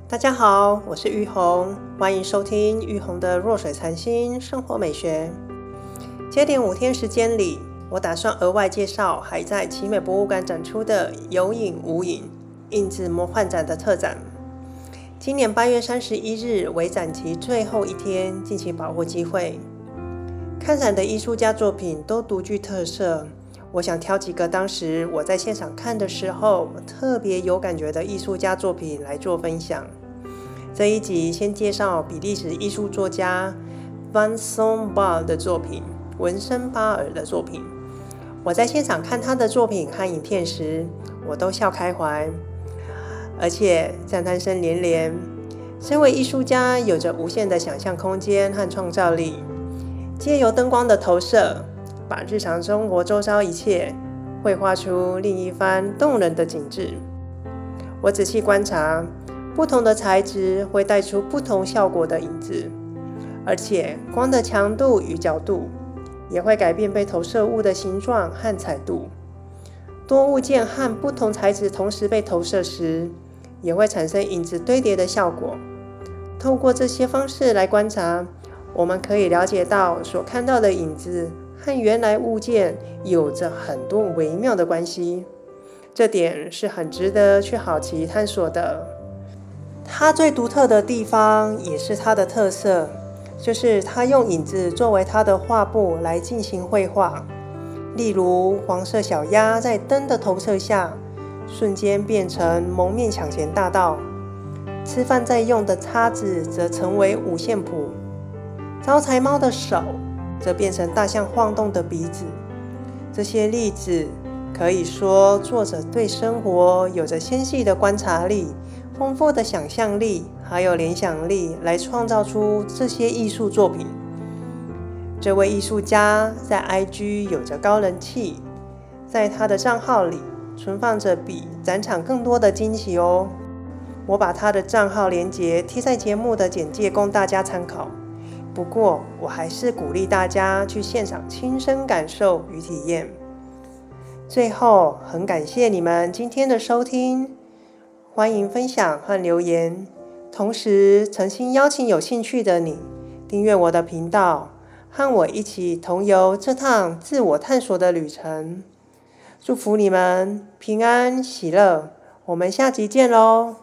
大家好，我是玉红，欢迎收听玉红的弱水残星生活美学。接连5天时间里，我打算额外介绍还在奇美博物馆展出的有影无影印字魔幻展的特展。今年8月31日为展期最后一天，敬请把握机会。看展的艺术家作品都独具特色，我想挑几个当时我在现场看的时候特别有感觉的艺术家作品来做分享。这一集先介绍比利时艺术作家 Vincent Barr 的作品，文森巴尔的作品。我在现场看他的作品和影片时，我都笑开怀，而且赞叹声连连。身为艺术家，有着无限的想象空间和创造力，借由灯光的投射，把日常生活周遭一切绘画出另一番动人的景致。我仔细观察，不同的材质会带出不同效果的影子，而且光的强度与角度也会改变被投射物的形状和彩度。多物件和不同材质同时被投射时，也会产生影子堆叠的效果。透过这些方式来观察，我们可以了解到所看到的影子和原来物件有着很多微妙的关系，这点是很值得去好奇探索的。它最独特的地方，也是它的特色，就是它用影子作为它的画布来进行绘画。例如黄色小鸭在灯的投射下，瞬间变成蒙面抢钱大盗；吃饭在用的叉子则成为五线谱；招财猫的手则变成大象晃动的鼻子。这些例子可以说，作者对生活有着纤细的观察力、丰富的想象力，还有联想力，来创造出这些艺术作品。这位艺术家在 IG 有着高人气，在他的账号里存放着比展场更多的惊喜哦。我把他的账号连结贴在节目的简介供大家参考。不过，我还是鼓励大家去现场亲身感受与体验。最后，很感谢你们今天的收听，欢迎分享和留言，同时诚心邀请有兴趣的你订阅我的频道，和我一起同游这趟自我探索的旅程。祝福你们平安喜乐，我们下集见喽！